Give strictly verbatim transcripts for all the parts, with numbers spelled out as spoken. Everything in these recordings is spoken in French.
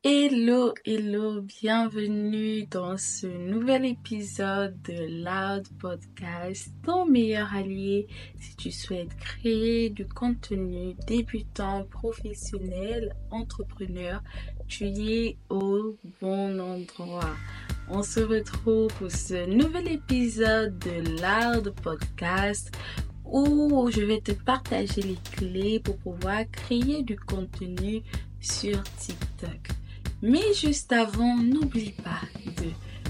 Hello, hello, bienvenue dans ce nouvel épisode de Loud Podcast, ton meilleur allié si tu souhaites créer du contenu débutant, professionnel, entrepreneur, tu es au bon endroit. On se retrouve pour ce nouvel épisode de Loud Podcast où je vais te partager les clés pour pouvoir créer du contenu sur TikTok. Mais juste avant, n'oublie pas de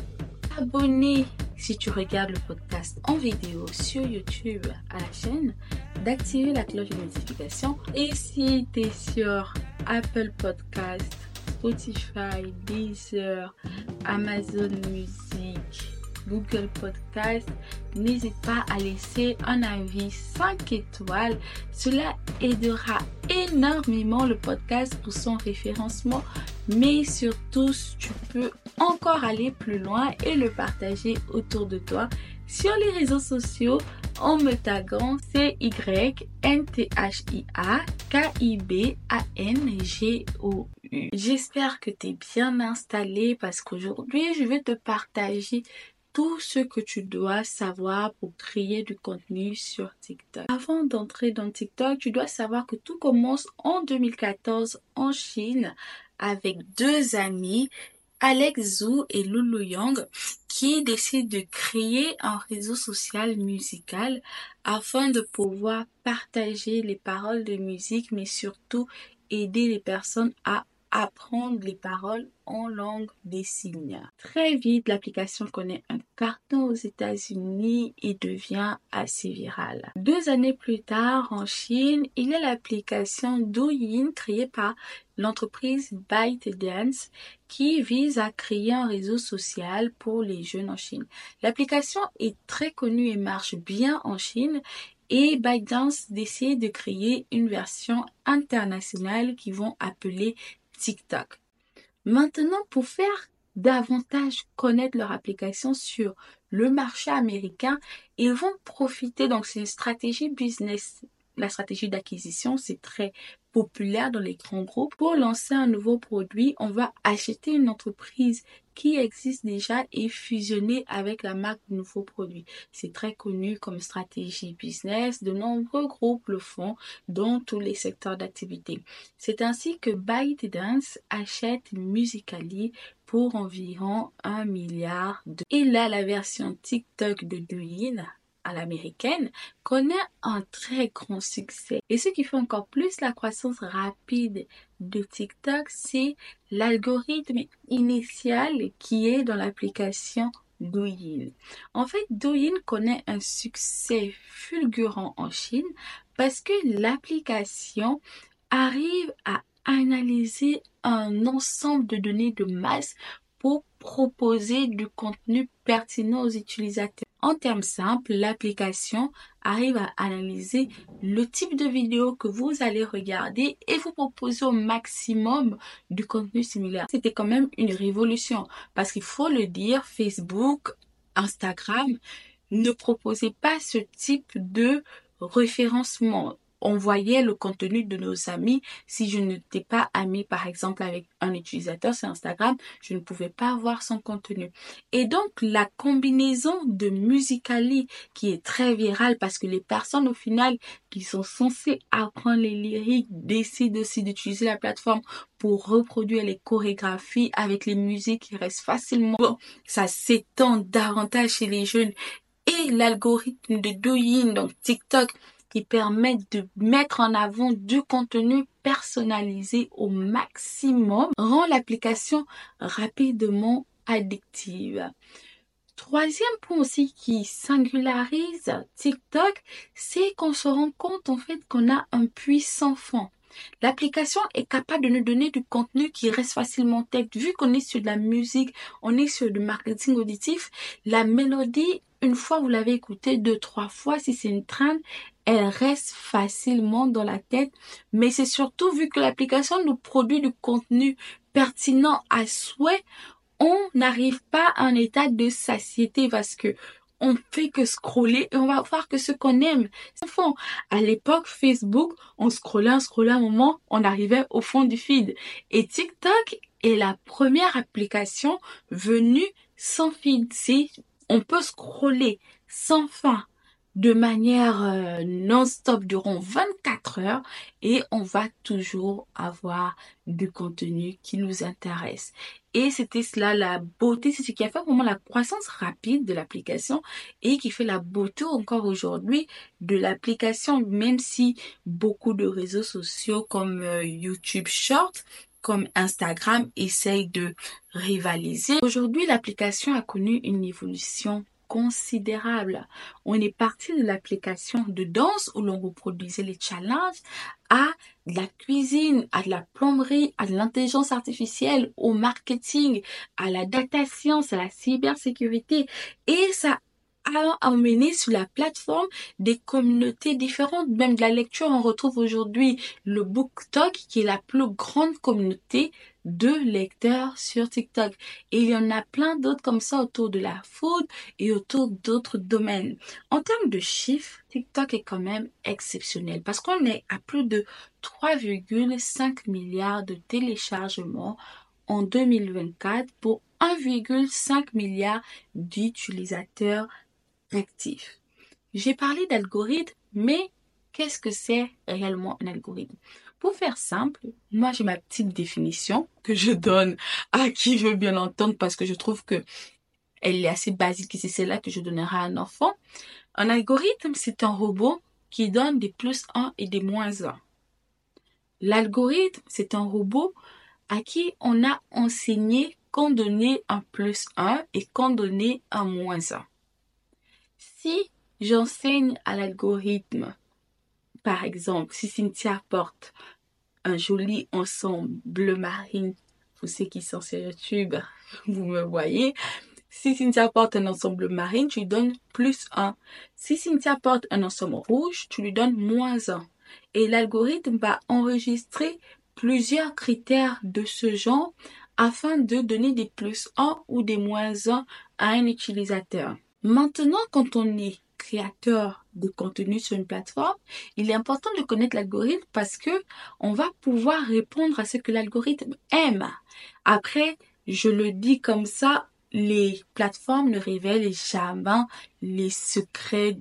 t'abonner si tu regardes le podcast en vidéo sur YouTube à la chaîne, d'activer la cloche de notification. Et si tu es sur Apple Podcast, Spotify, Deezer, Amazon Music, Google Podcast, n'hésite pas à laisser un avis cinq étoiles. Cela aidera énormément le podcast pour son référencement, mais surtout, tu peux encore aller plus loin et le partager autour de toi sur les réseaux sociaux en me taguant C Y N T H I A K I B A N G O U. J'espère que tu es bien installé parce qu'aujourd'hui, je vais te partager tout ce que tu dois savoir pour créer du contenu sur TikTok. Avant d'entrer dans TikTok, tu dois savoir que tout commence en deux mille quatorze en Chine avec deux amis, Alex Zhu et Lulu Yang, qui décident de créer un réseau social musical afin de pouvoir partager les paroles de musique, mais surtout aider les personnes à apprendre les paroles en langue des signes. Très vite, l'application connaît un carton aux États-Unis et devient assez virale. Deux années plus tard, en Chine, il y a l'application Douyin créée par l'entreprise ByteDance qui vise à créer un réseau social pour les jeunes en Chine. L'application est très connue et marche bien en Chine. Et ByteDance décide de créer une version internationale qu'ils vont appeler TikTok. Maintenant, pour faire davantage connaître leur application sur le marché américain, ils vont profiter, donc c'est une stratégie business, la stratégie d'acquisition, c'est très populaire dans les grands groupes. Pour lancer un nouveau produit, on va acheter une entreprise qui existe déjà et fusionner avec la marque du nouveau produit. C'est très connu comme stratégie business. De nombreux groupes le font dans tous les secteurs d'activité. C'est ainsi que ByteDance achète Musical.ly pour environ un milliard de... Et là, la version TikTok de Douyin à l'américaine connaît un très grand succès. Et ce qui fait encore plus la croissance rapide de TikTok, c'est l'algorithme initial qui est dans l'application Douyin. En fait, Douyin connaît un succès fulgurant en Chine parce que l'application arrive à analyser un ensemble de données de masse pour proposer du contenu pertinent aux utilisateurs. En termes simples, l'application arrive à analyser le type de vidéo que vous allez regarder et vous proposer au maximum du contenu similaire. C'était quand même une révolution parce qu'il faut le dire, Facebook, Instagram ne proposaient pas ce type de référencement. On voyait le contenu de nos amis. Si je n'étais pas amie, par exemple, avec un utilisateur sur Instagram, je ne pouvais pas voir son contenu. Et donc, la combinaison de Musical.ly qui est très virale parce que les personnes, au final, qui sont censées apprendre les lyriques, décident aussi d'utiliser la plateforme pour reproduire les chorégraphies avec les musiques qui restent facilement. Bon, ça s'étend davantage chez les jeunes. Et l'algorithme de Douyin, donc TikTok, qui permet de mettre en avant du contenu personnalisé au maximum, rend l'application rapidement addictive. Troisième point aussi qui singularise TikTok, c'est qu'on se rend compte en fait qu'on a un puissant fond. L'application est capable de nous donner du contenu qui reste facilement tête. Vu qu'on est sur de la musique, on est sur du marketing auditif, la mélodie, une fois vous l'avez écoutée deux, trois fois, si c'est une trend, elle reste facilement dans la tête. Mais c'est surtout vu que l'application nous produit du contenu pertinent à souhait, on n'arrive pas à un état de satiété parce que on fait que scroller et on va voir que ce qu'on aime. Enfant, à l'époque, Facebook, on scrollait, on scrollait un moment, on arrivait au fond du feed. Et TikTok est la première application venue sans feed. C'est, on peut scroller sans fin, de manière euh, non-stop durant vingt-quatre heures et on va toujours avoir du contenu qui nous intéresse. Et c'était cela la beauté, c'est ce qui a fait vraiment la croissance rapide de l'application et qui fait la beauté encore aujourd'hui de l'application, même si beaucoup de réseaux sociaux comme euh, YouTube Short, comme Instagram essayent de rivaliser. Aujourd'hui, l'application a connu une évolution considérable. On est parti de l'application de danse où l'on reproduisait les challenges à de la cuisine, à de la plomberie, à de l'intelligence artificielle, au marketing, à la data science, à la cybersécurité. Et ça a emmené sur la plateforme des communautés différentes. Même de la lecture, on retrouve aujourd'hui le BookTok qui est la plus grande communauté de lecteurs sur TikTok. Et il y en a plein d'autres comme ça autour de la food et autour d'autres domaines. En termes de chiffres, TikTok est quand même exceptionnel parce qu'on est à plus de trois virgule cinq milliards de téléchargements en deux mille vingt-quatre pour un virgule cinq milliard d'utilisateurs actifs. J'ai parlé d'algorithme, mais qu'est-ce que c'est réellement un algorithme? Pour faire simple, moi j'ai ma petite définition que je donne à qui veut bien l'entendre parce que je trouve que elle est assez basique et c'est celle-là que je donnerai à un enfant. Un algorithme, c'est un robot qui donne des plus un et des moins un. L'algorithme, c'est un robot à qui on a enseigné quand donner un plus un et quand donner un moins un. Si j'enseigne à l'algorithme, par exemple, si Cynthia porte un joli ensemble bleu marine, pour ceux qui sont sur YouTube, vous me voyez. Si Cynthia porte un ensemble marine, tu lui donnes plus un. Si Cynthia porte un ensemble rouge, tu lui donnes moins un. Et l'algorithme va enregistrer plusieurs critères de ce genre afin de donner des plus un ou des moins un à un utilisateur. Maintenant, quand on est créateur de contenu sur une plateforme, il est important de connaître l'algorithme parce que on va pouvoir répondre à ce que l'algorithme aime. Après, je le dis comme ça, les plateformes ne révèlent jamais les secrets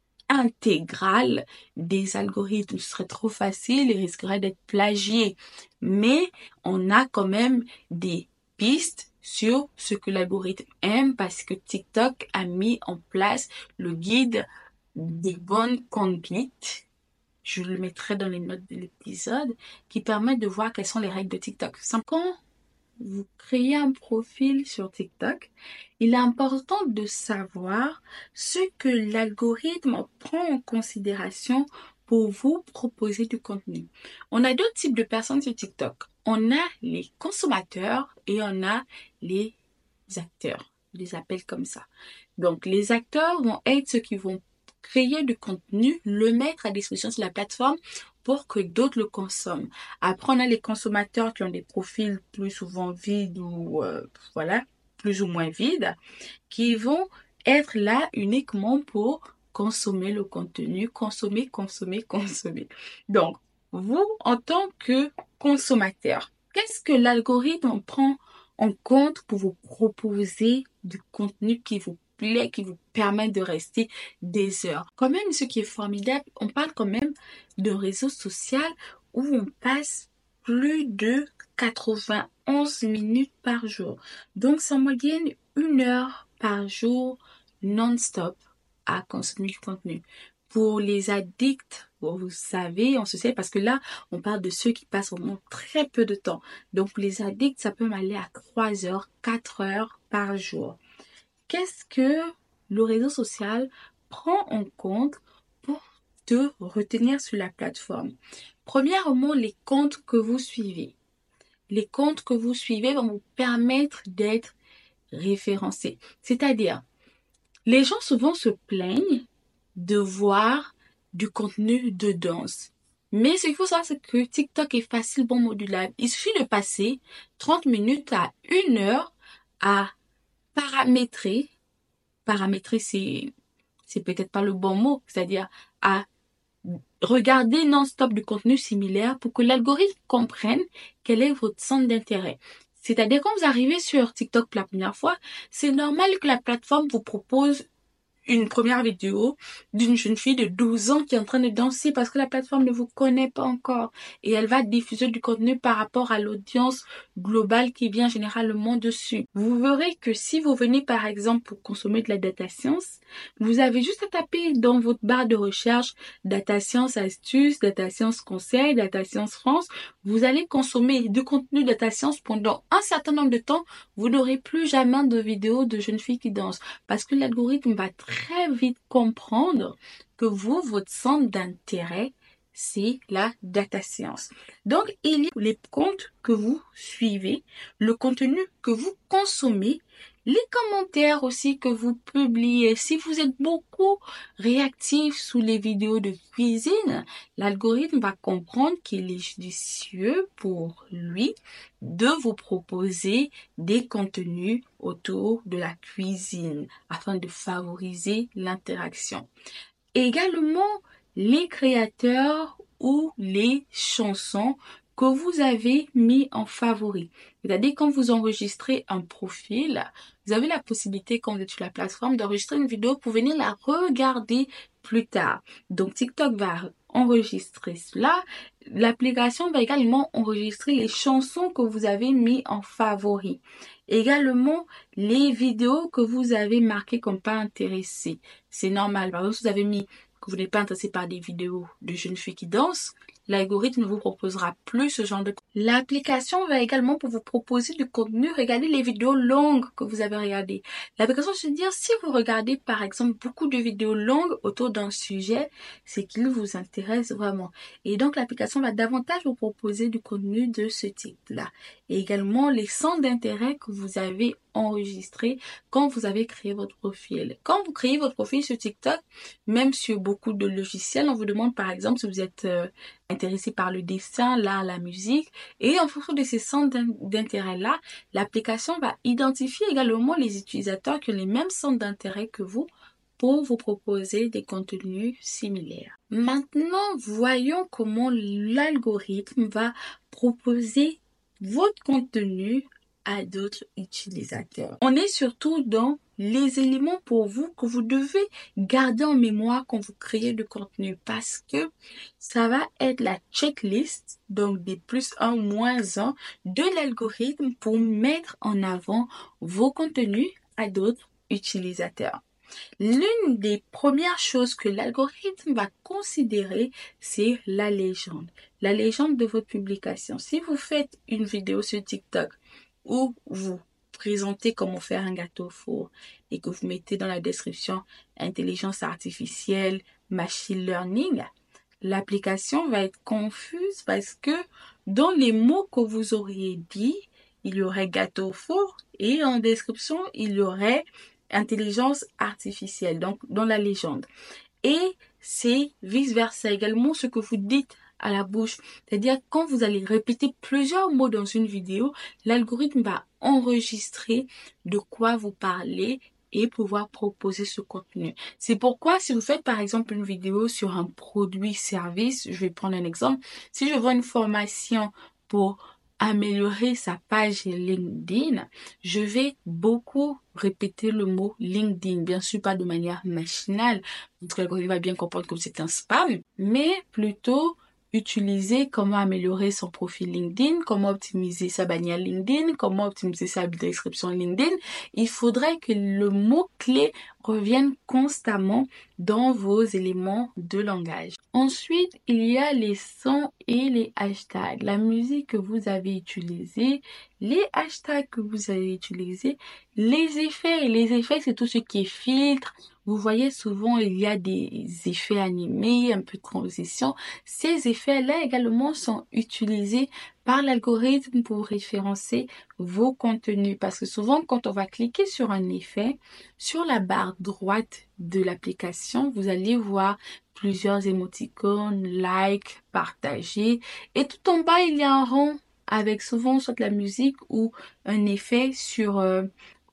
intégrales des algorithmes. Ce serait trop facile et risquerait d'être plagié. Mais on a quand même des pistes sur ce que l'algorithme aime parce que TikTok a mis en place le guide des bonnes conduites. Je le mettrai dans les notes de l'épisode qui permet de voir quelles sont les règles de TikTok. Quand vous créez un profil sur TikTok, il est important de savoir ce que l'algorithme prend en considération pour vous proposer du contenu. On a deux types de personnes sur TikTok. On a les consommateurs et on a les acteurs. Je les appelle comme ça. Donc, les acteurs vont être ceux qui vont créer du contenu, le mettre à disposition sur la plateforme pour que d'autres le consomment. Après, on a les consommateurs qui ont des profils plus souvent vides ou euh, voilà, plus ou moins vides, qui vont être là uniquement pour consommer le contenu, consommer, consommer, consommer. Donc, vous, en tant que consommateur, qu'est-ce que l'algorithme prend en compte pour vous proposer du contenu qui vous plaît, qui vous permet de rester des heures? Quand même, ce qui est formidable, on parle quand même de réseau social où on passe plus de quatre-vingt-onze minutes par jour. Donc, c'est en moyenne une heure par jour non-stop à consommer du contenu. Pour les addicts, bon, vous savez, on se sait parce que là, on parle de ceux qui passent vraiment très peu de temps. Donc, pour les addicts, ça peut aller à trois heures, quatre heures par jour. Qu'est-ce que le réseau social prend en compte pour te retenir sur la plateforme? Premièrement, les comptes que vous suivez. Les comptes que vous suivez vont vous permettre d'être référencés. C'est-à-dire, les gens souvent se plaignent de voir du contenu de danse. Mais ce qu'il faut savoir, c'est que TikTok est facilement modulable. Il suffit de passer trente minutes à une heure à paramétrer paramétrer, c'est, c'est peut-être pas le bon mot, c'est-à-dire à regarder non-stop du contenu similaire pour que l'algorithme comprenne quel est votre centre d'intérêt. C'est-à-dire quand vous arrivez sur TikTok pour la première fois, c'est normal que la plateforme vous propose une première vidéo d'une jeune fille de douze ans qui est en train de danser parce que la plateforme ne vous connaît pas encore et elle va diffuser du contenu par rapport à l'audience globale qui vient généralement dessus. Vous verrez que si vous venez par exemple pour consommer de la data science, vous avez juste à taper dans votre barre de recherche data science astuces, data science conseil, data science France. Vous allez consommer du contenu data science pendant un certain nombre de temps. Vous n'aurez plus jamais de vidéos de jeunes filles qui dansent parce que l'algorithme va très vite comprendre que vous, votre centre d'intérêt, c'est la data science. Donc, il y a les comptes que vous suivez, le contenu que vous consommez, les commentaires aussi que vous publiez. Si vous êtes beaucoup réactif sous les vidéos de cuisine, l'algorithme va comprendre qu'il est judicieux pour lui de vous proposer des contenus autour de la cuisine afin de favoriser l'interaction. Également, les créateurs ou les chansons que vous avez mis en favori. C'est-à-dire quand vous enregistrez un profil, vous avez la possibilité quand vous êtes sur la plateforme d'enregistrer une vidéo pour venir la regarder plus tard. Donc TikTok va enregistrer cela. L'application va également enregistrer les chansons que vous avez mis en favori. Également, les vidéos que vous avez marquées comme pas intéressées. C'est normal. Par exemple, si vous avez mis que vous n'êtes pas intéressé par des vidéos de jeunes filles qui dansent, l'algorithme ne vous proposera plus ce genre de contenu. L'application va également pour vous proposer du contenu, regarder les vidéos longues que vous avez regardées. L'application se dit si vous regardez par exemple beaucoup de vidéos longues autour d'un sujet, c'est qu'il vous intéresse vraiment. Et donc l'application va davantage vous proposer du contenu de ce type-là. Et également les centres d'intérêt que vous avez enregistrés quand vous avez créé votre profil. Quand vous créez votre profil sur TikTok, même sur beaucoup de logiciels, on vous demande par exemple si vous êtes euh, intéressé par le dessin, l'art, la musique. Et en fonction de ces centres d'intérêt-là, l'application va identifier également les utilisateurs qui ont les mêmes centres d'intérêt que vous pour vous proposer des contenus similaires. Maintenant, voyons comment l'algorithme va proposer votre contenu à d'autres utilisateurs. On est surtout dans les éléments pour vous que vous devez garder en mémoire quand vous créez du contenu parce que ça va être la checklist, donc des plus un, moins un de l'algorithme pour mettre en avant vos contenus à d'autres utilisateurs. L'une des premières choses que l'algorithme va considérer, c'est la légende. La légende de votre publication. Si vous faites une vidéo sur TikTok où vous présentez comment faire un gâteau au four et que vous mettez dans la description intelligence artificielle, machine learning, l'application va être confuse parce que dans les mots que vous auriez dit, il y aurait gâteau au four et en description, il y aurait intelligence artificielle, donc dans la légende. Et c'est vice-versa également ce que vous dites à la bouche. C'est-à-dire quand vous allez répéter plusieurs mots dans une vidéo, l'algorithme va enregistrer de quoi vous parlez et pouvoir proposer ce contenu. C'est pourquoi si vous faites par exemple une vidéo sur un produit, service, je vais prendre un exemple. Si je vends une formation pour améliorer sa page LinkedIn, je vais beaucoup répéter le mot LinkedIn. Bien sûr, pas de manière machinale, parce que l'algorithme va bien comprendre que c'est un spam, mais plutôt utiliser comment améliorer son profil LinkedIn, comment optimiser sa bannière LinkedIn, comment optimiser sa description LinkedIn. Il faudrait que le mot-clé revienne constamment dans vos éléments de langage. Ensuite, il y a les sons et les hashtags. La musique que vous avez utilisée, les hashtags que vous avez utilisés, les effets. Les effets, c'est tout ce qui est filtre. Vous voyez souvent, il y a des effets animés, un peu de transition. Ces effets-là également sont utilisés par l'algorithme pour référencer vos contenus. Parce que souvent, quand on va cliquer sur un effet, sur la barre droite de l'application, vous allez voir plusieurs émoticônes, like, partager. Et tout en bas, il y a un rond avec souvent soit la musique ou un effet sur... Euh,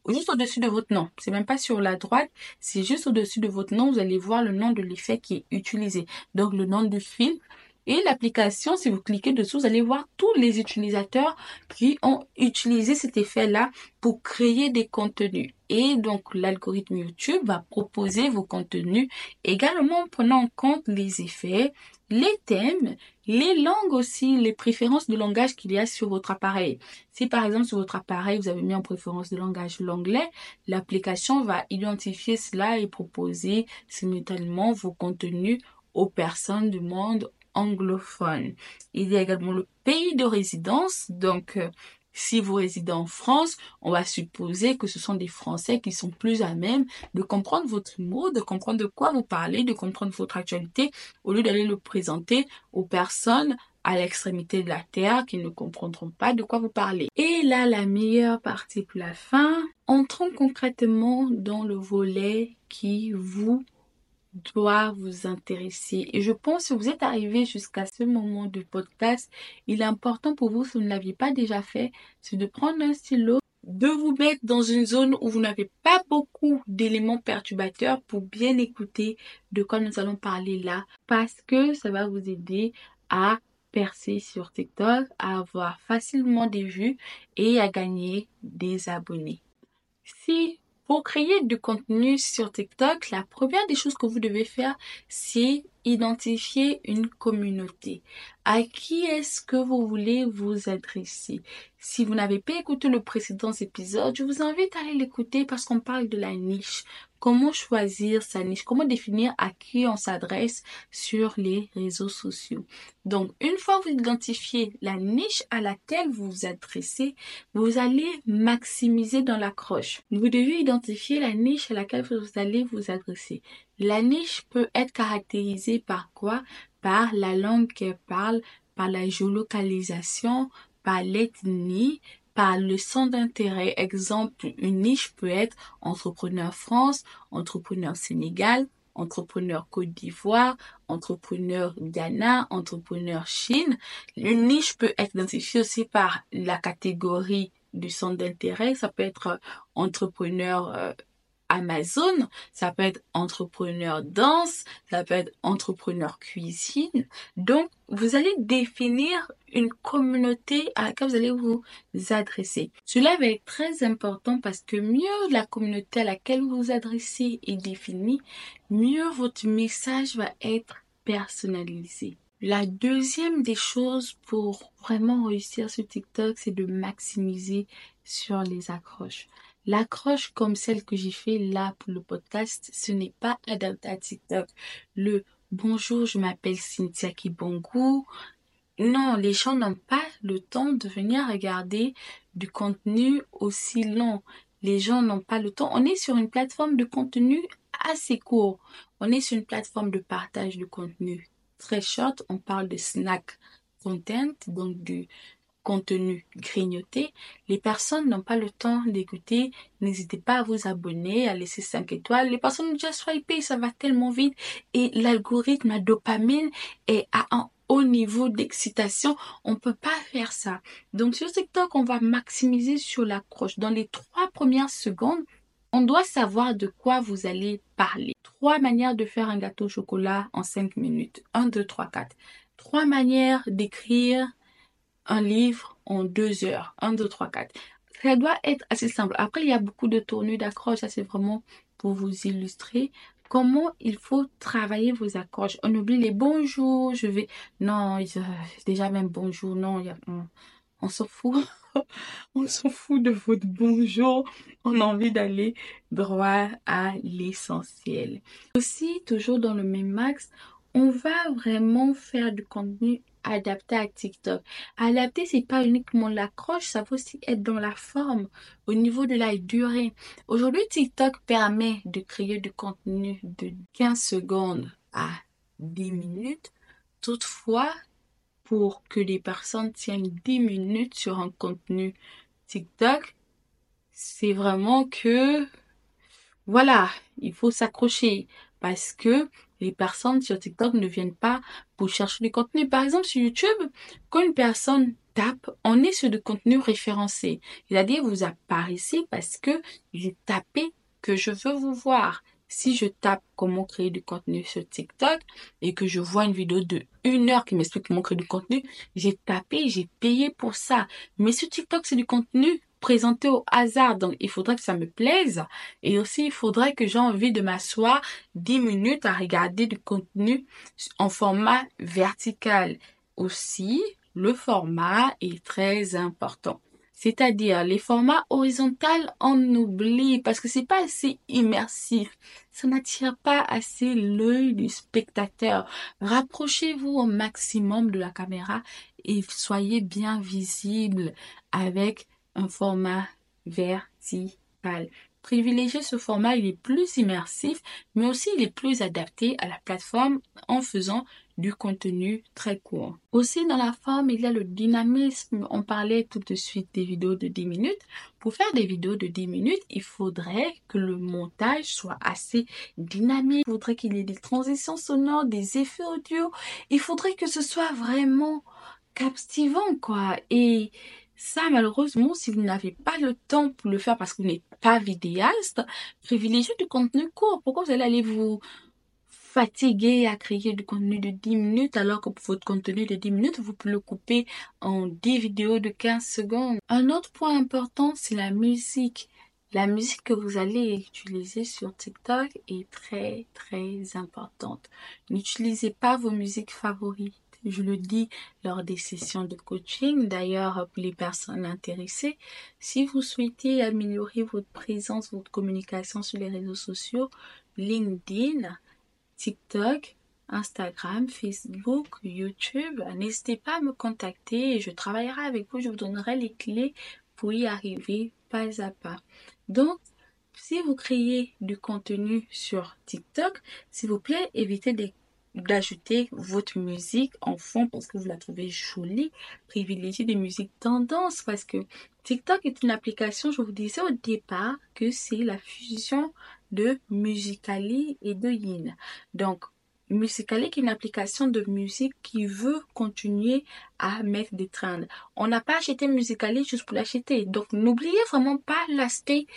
juste au-dessus de votre nom. C'est même pas sur la droite, c'est juste au-dessus de votre nom. Vous allez voir le nom de l'effet qui est utilisé. Donc, le nom du film. Et l'application, si vous cliquez dessous, vous allez voir tous les utilisateurs qui ont utilisé cet effet-là pour créer des contenus. Et donc, l'algorithme YouTube va proposer vos contenus également en prenant en compte les effets, les thèmes, les langues aussi, les préférences de langage qu'il y a sur votre appareil. Si par exemple sur votre appareil, vous avez mis en préférence de langage l'anglais, l'application va identifier cela et proposer simultanément vos contenus aux personnes du monde anglophone. Il y a également le pays de résidence, donc euh, si vous résidez en France, on va supposer que ce sont des Français qui sont plus à même de comprendre votre humour, de comprendre de quoi vous parlez, de comprendre votre actualité, au lieu d'aller le présenter aux personnes à l'extrémité de la terre qui ne comprendront pas de quoi vous parlez. Et là, la meilleure partie pour la fin, entrons concrètement dans le volet qui vous doit vous intéresser. Et je pense que vous êtes arrivé jusqu'à ce moment du podcast, il est important pour vous, si vous ne l'aviez pas déjà fait, c'est de prendre un stylo, de vous mettre dans une zone où vous n'avez pas beaucoup d'éléments perturbateurs pour bien écouter de quoi nous allons parler là, parce que ça va vous aider à percer sur TikTok, à avoir facilement des vues et à gagner des abonnés. Si pour créer du contenu sur TikTok, la première des choses que vous devez faire, c'est identifier une communauté. À qui est-ce que vous voulez vous adresser? Si vous n'avez pas écouté le précédent épisode, je vous invite à aller l'écouter parce qu'on parle de la niche. Comment choisir sa niche? Comment définir à qui on s'adresse sur les réseaux sociaux? Donc, une fois que vous identifiez la niche à laquelle vous vous adressez, vous allez maximiser dans l'accroche. Vous devez identifier la niche à laquelle vous allez vous adresser. La niche peut être caractérisée par quoi? Par la langue qu'elle parle, par la géolocalisation, par l'ethnie, par le centre d'intérêt. Exemple, une niche peut être entrepreneur France, entrepreneur Sénégal, entrepreneur Côte d'Ivoire, entrepreneur Ghana, entrepreneur Chine. Une niche peut être identifiée aussi par la catégorie du centre d'intérêt. Ça peut être entrepreneur euh, Amazon, ça peut être entrepreneur danse, ça peut être entrepreneur cuisine. Donc, vous allez définir une communauté à laquelle vous allez vous adresser. Cela va être très important parce que mieux la communauté à laquelle vous vous adressez est définie, mieux votre message va être personnalisé. La deuxième des choses pour vraiment réussir sur TikTok, c'est de maximiser sur les accroches. L'accroche comme celle que j'ai fait là pour le podcast, ce n'est pas adapté à TikTok. Le bonjour, je m'appelle Cynthia Kibongo. Non, les gens n'ont pas le temps de venir regarder du contenu aussi long. Les gens n'ont pas le temps. On est sur une plateforme de contenu assez court. On est sur une plateforme de partage de contenu très short. On parle de snack content, donc du contenu grignoté. Les personnes n'ont pas le temps d'écouter. N'hésitez pas à vous abonner, à laisser cinq étoiles. Les personnes ont déjà swipé, ça va tellement vite. Et l'algorithme, la dopamine est à un haut niveau d'excitation. On ne peut pas faire ça. Donc sur TikTok, on va maximiser sur l'accroche. Dans les trois premières secondes, on doit savoir de quoi vous allez parler. Trois manières de faire un gâteau au chocolat en cinq minutes. un, deux, trois, quatre. Trois manières d'écrire un livre en deux heures. un, deux, trois, quatre. Ça doit être assez simple. Après, il y a beaucoup de tournures d'accroches. Ça, c'est vraiment pour vous illustrer comment il faut travailler vos accroches. On oublie les bonjours, je vais... Non, euh, déjà même bonjour, non, il y a... on, on s'en fout. On s'en fout de votre bonjour. On a envie d'aller droit à l'essentiel. Aussi, toujours dans le même axe, on va vraiment faire du contenu adapté à TikTok. Adapté, c'est pas uniquement l'accroche, ça peut aussi être dans la forme, au niveau de la durée. Aujourd'hui, TikTok permet de créer du contenu de quinze secondes à dix minutes. Toutefois, pour que les personnes tiennent dix minutes sur un contenu TikTok, c'est vraiment que, voilà, il faut s'accrocher parce que les personnes sur TikTok ne viennent pas pour chercher du contenu. Par exemple, sur YouTube, quand une personne tape, on est sur du contenu référencé. C'est-à-dire, vous apparaissez parce que j'ai tapé que je veux vous voir. Si je tape comment créer du contenu sur TikTok et que je vois une vidéo de une heure qui m'explique comment créer du contenu, j'ai tapé, j'ai payé pour ça. Mais sur TikTok, c'est du contenu présenté au hasard. Donc, il faudrait que ça me plaise. Et aussi, il faudrait que j'ai envie de m'asseoir dix minutes à regarder du contenu en format vertical. Aussi, le format est très important. C'est-à-dire, les formats horizontaux, on oublie parce que c'est pas assez immersif. Ça n'attire pas assez l'œil du spectateur. Rapprochez-vous au maximum de la caméra et soyez bien visible avec un format vertical. Privilégiez ce format, il est plus immersif, mais aussi il est plus adapté à la plateforme en faisant du contenu très court. Aussi, dans la forme, il y a le dynamisme. On parlait tout de suite des vidéos de dix minutes. Pour faire des vidéos de dix minutes, il faudrait que le montage soit assez dynamique. Il faudrait qu'il y ait des transitions sonores, des effets audio. Il faudrait que ce soit vraiment captivant, quoi. Et ça, malheureusement, si vous n'avez pas le temps pour le faire parce que vous n'êtes pas vidéaste, privilégiez du contenu court. Pourquoi vous allez aller vous fatiguer à créer du contenu de dix minutes alors que pour votre contenu de dix minutes, vous pouvez le couper en dix vidéos de quinze secondes. Un autre point important, c'est la musique. La musique que vous allez utiliser sur TikTok est très, très importante. N'utilisez pas vos musiques favorites. Je le dis lors des sessions de coaching. D'ailleurs, pour les personnes intéressées, si vous souhaitez améliorer votre présence, votre communication sur les réseaux sociaux, LinkedIn, TikTok, Instagram, Facebook, YouTube, n'hésitez pas à me contacter et je travaillerai avec vous. Je vous donnerai les clés pour y arriver pas à pas. Donc, si vous créez du contenu sur TikTok, s'il vous plaît, évitez des d'ajouter votre musique en fond parce que vous la trouvez jolie. Privilégiez des musiques tendance parce que TikTok est une application, je vous disais au départ, que c'est la fusion de Musical.ly et de Yin. Donc, Musical.ly est une application de musique qui veut continuer à mettre des trends. On n'a pas acheté Musical.ly juste pour l'acheter. Donc, n'oubliez vraiment pas l'aspect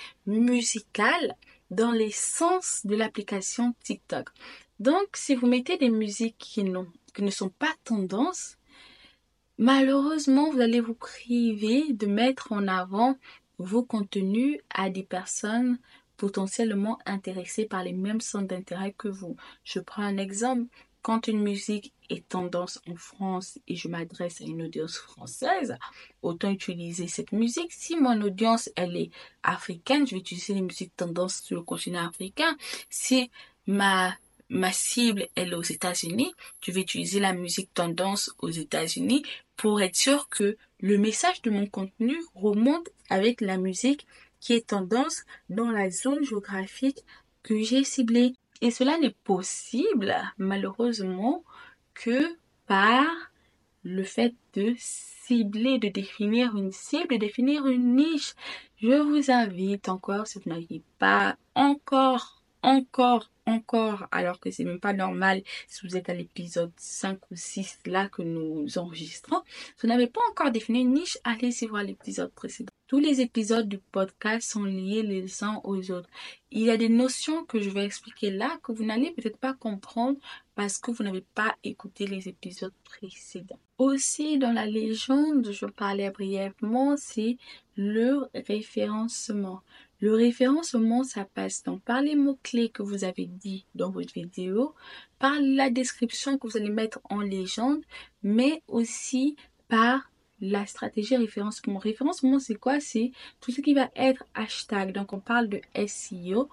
musical dans les sens de l'application TikTok. Donc, si vous mettez des musiques qui, qui ne sont pas tendance, malheureusement, vous allez vous priver de mettre en avant vos contenus à des personnes potentiellement intéressées par les mêmes centres d'intérêt que vous. Je prends un exemple. Quand une musique est tendance en France et je m'adresse à une audience française, autant utiliser cette musique. Si mon audience, elle est africaine, je vais utiliser les musiques tendance sur le continent africain. Si ma ma cible elle est aux États-Unis, je vais utiliser la musique tendance aux États-Unis pour être sûr que le message de mon contenu remonte avec la musique qui est tendance dans la zone géographique que j'ai ciblée. Et cela n'est possible, malheureusement, que par le fait de cibler, de définir une cible, de définir une niche. Je vous invite encore, si vous n'avez pas encore, encore, encore, alors que c'est même pas normal si vous êtes à l'épisode cinq ou six là que nous enregistrons, si vous n'avez pas encore défini une niche, allez-y voir l'épisode précédent. Tous les épisodes du podcast sont liés les uns aux autres. Il y a des notions que je vais expliquer là que vous n'allez peut-être pas comprendre parce que vous n'avez pas écouté les épisodes précédents. Aussi, dans la légende, je parlais brièvement, c'est le référencement. Le référencement, ça passe donc par les mots-clés que vous avez dit dans votre vidéo, par la description que vous allez mettre en légende, mais aussi par la stratégie référencement. Référencement, c'est quoi? C'est tout ce qui va être hashtag. Donc, on parle de S E O,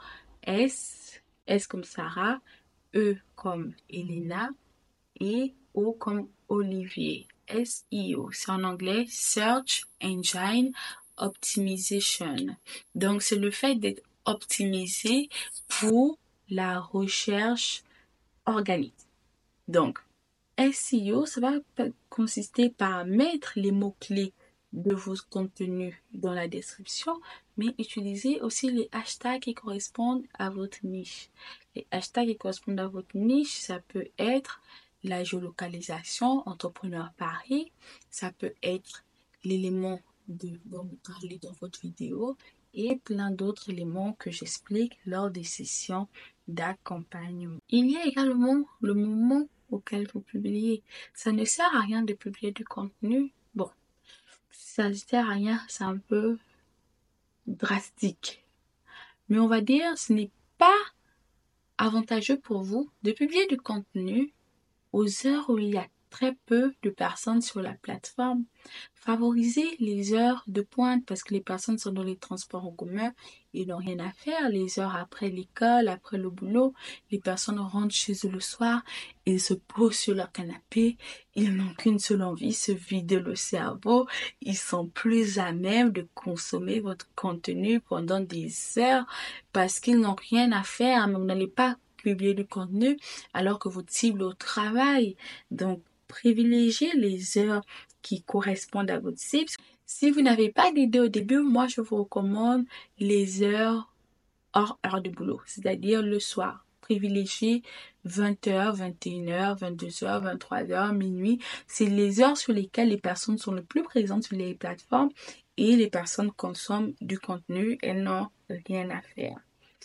S, S comme Sarah, E comme Elena et O comme Olivier. S E O, c'est en anglais Search Engine Optimization. Donc, c'est le fait d'être optimisé pour la recherche organique. Donc, S E O, ça va consister par mettre les mots-clés de vos contenus dans la description, mais utiliser aussi les hashtags qui correspondent à votre niche. Les hashtags qui correspondent à votre niche, ça peut être la géolocalisation, entrepreneur Paris, ça peut être l'élément de, dont vous parlez dans votre vidéo et plein d'autres éléments que j'explique lors des sessions d'accompagnement. Il y a également le moment auquel vous publiez. Ça ne sert à rien de publier du contenu. Bon, ça ne sert à rien, c'est un peu drastique. Mais on va dire, ce n'est pas avantageux pour vous de publier du contenu aux heures où il y a très peu de personnes sur la plateforme. Favorisez les heures de pointe parce que les personnes sont dans les transports en commun, ils n'ont rien à faire. Les heures après l'école, après le boulot, les personnes rentrent chez eux le soir, ils se posent sur leur canapé, ils n'ont qu'une seule envie, se vider le cerveau. Ils sont plus à même de consommer votre contenu pendant des heures parce qu'ils n'ont rien à faire, mais vous n'allez pas publier du contenu alors que votre cible au travail. Donc, privilégiez les heures qui correspondent à votre cible. Si vous n'avez pas d'idée au début, moi, je vous recommande les heures hors heure de boulot, c'est-à-dire le soir. Privilégiez vingt heures, vingt et une heures, vingt-deux heures, vingt-trois heures, minuit. C'est les heures sur lesquelles les personnes sont le plus présentes sur les plateformes et les personnes consomment du contenu. Elles n'ont rien à faire.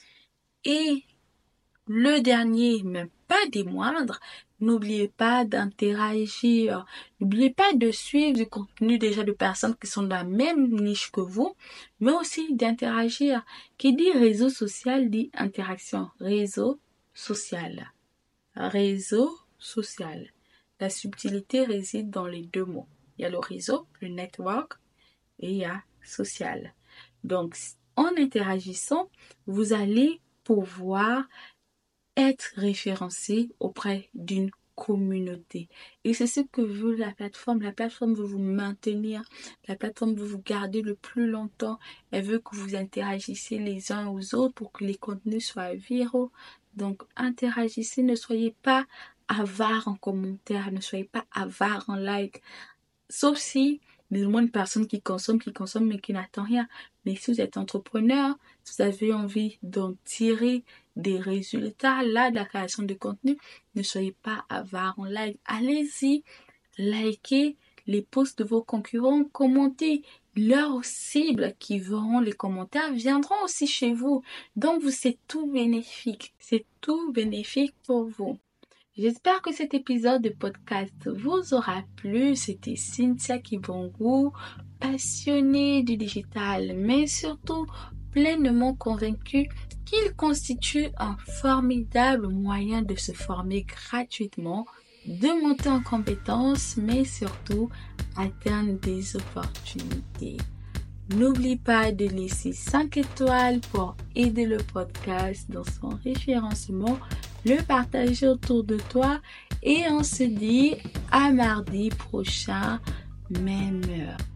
Et le dernier, mais pas des moindres, n'oubliez pas d'interagir. N'oubliez pas de suivre du contenu déjà de personnes qui sont dans la même niche que vous, mais aussi d'interagir. Qui dit réseau social dit interaction. Réseau social. Réseau social. La subtilité réside dans les deux mots. Il y a le réseau, le network, et il y a social. Donc, en interagissant, vous allez pouvoir être référencé auprès d'une communauté. Et c'est ce que veut la plateforme. La plateforme veut vous maintenir. La plateforme veut vous garder le plus longtemps. Elle veut que vous interagissiez les uns aux autres pour que les contenus soient viraux. Donc, interagissez. Ne soyez pas avare en commentaire. Ne soyez pas avare en like. Sauf si mais au moins une personne qui consomme, qui consomme, mais qui n'attend rien. Mais si vous êtes entrepreneur, si vous avez envie d'en tirer des résultats, là, de la création de contenu, ne soyez pas avare en like. Allez-y, likez les posts de vos concurrents, commentez. Leurs cibles qui verront les commentaires viendront aussi chez vous. Donc, vous, c'est tout bénéfique. C'est tout bénéfique pour vous. J'espère que cet épisode de podcast vous aura plu. C'était Cynthia Kibongu, passionnée du digital, mais surtout pleinement convaincue qu'il constitue un formidable moyen de se former gratuitement, de monter en compétences, mais surtout atteindre des opportunités. N'oublie pas de laisser cinq étoiles pour aider le podcast dans son référencement, le partager autour de toi et on se dit à mardi prochain, même heure.